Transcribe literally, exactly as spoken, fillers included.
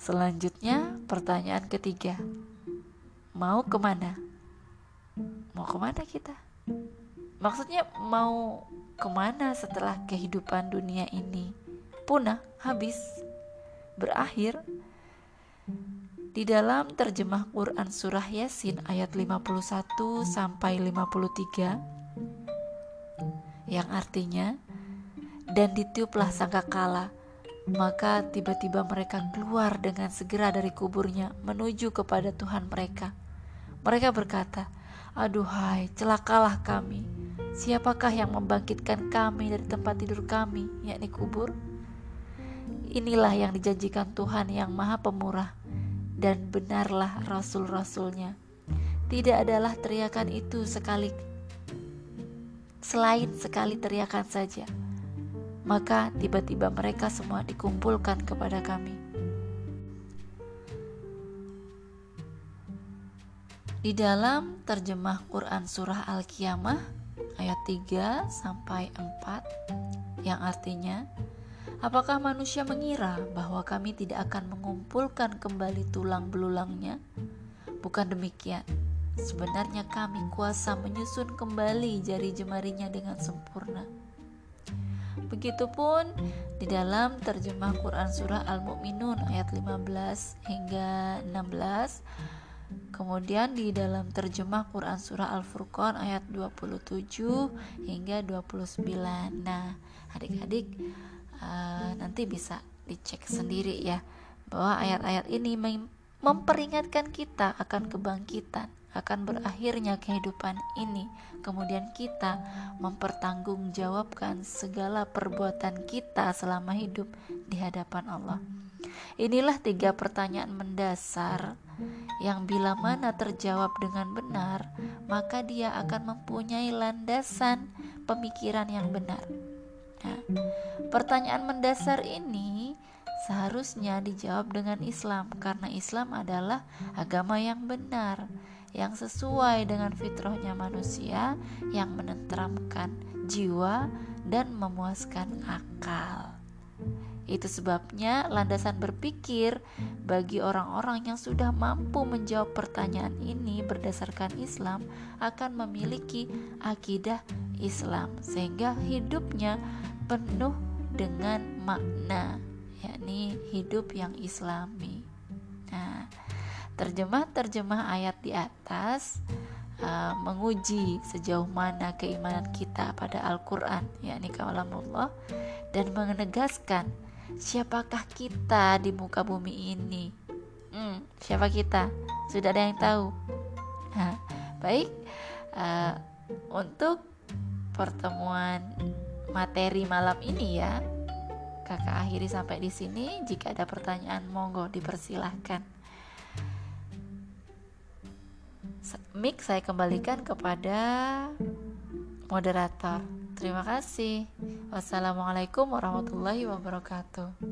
Selanjutnya pertanyaan ketiga, mau kemana? Mau kemana kita? Maksudnya mau kemana setelah kehidupan dunia ini punah, habis, berakhir? Di dalam terjemah Quran surah Yasin ayat lima puluh satu sampai lima puluh tiga, yang artinya, dan ditiuplah sangkakala, maka tiba-tiba mereka keluar dengan segera dari kuburnya menuju kepada Tuhan mereka. Mereka berkata, aduhai, celakalah kami. Siapakah yang membangkitkan kami dari tempat tidur kami, yakni kubur? Inilah yang dijanjikan Tuhan yang Maha Pemurah, dan benarlah rasul-rasulnya. Tidak adalah teriakan itu sekali selain sekali teriakan saja. Maka tiba-tiba mereka semua dikumpulkan kepada kami. Di dalam terjemah Quran surah Al-Qiyamah ayat tiga sampai empat, yang artinya, apakah manusia mengira bahwa kami tidak akan mengumpulkan kembali tulang belulangnya? Bukan demikian. Sebenarnya kami kuasa menyusun kembali jari jemarinya dengan sempurna. Begitupun di dalam terjemah Quran surah Al-Mu'minun ayat lima belas hingga enam belas. Kemudian di dalam terjemah Quran surah Al-Furqan ayat dua puluh tujuh hingga dua puluh sembilan. Nah, adik-adik Uh, nanti bisa dicek sendiri ya, bahwa ayat-ayat ini mem- memperingatkan kita akan kebangkitan, akan berakhirnya kehidupan ini, kemudian kita mempertanggungjawabkan segala perbuatan kita selama hidup di hadapan Allah. Inilah tiga pertanyaan mendasar yang bila mana terjawab dengan benar, maka dia akan mempunyai landasan pemikiran yang benar. Nah, pertanyaan mendasar ini seharusnya dijawab dengan Islam, karena Islam adalah agama yang benar, yang sesuai dengan fitrahnya manusia, yang menenteramkan jiwa dan memuaskan akal. Itu sebabnya landasan berpikir bagi orang-orang yang sudah mampu menjawab pertanyaan ini berdasarkan Islam akan memiliki akidah Islam, sehingga hidupnya penuh dengan makna, yakni hidup yang islami. Nah, terjemah-terjemah ayat di atas uh, menguji sejauh mana keimanan kita pada Al-Quran, yakni kalamullah, dan menegaskan siapakah kita di muka bumi ini. Hmm, siapa kita? Sudah ada yang tahu? Nah, baik, uh, untuk pertemuan materi malam ini ya, kakak akhiri sampai di sini. Jika ada pertanyaan, monggo dipersilahkan. Mic saya kembalikan kepada moderator. Terima kasih. Wassalamualaikum warahmatullahi wabarakatuh.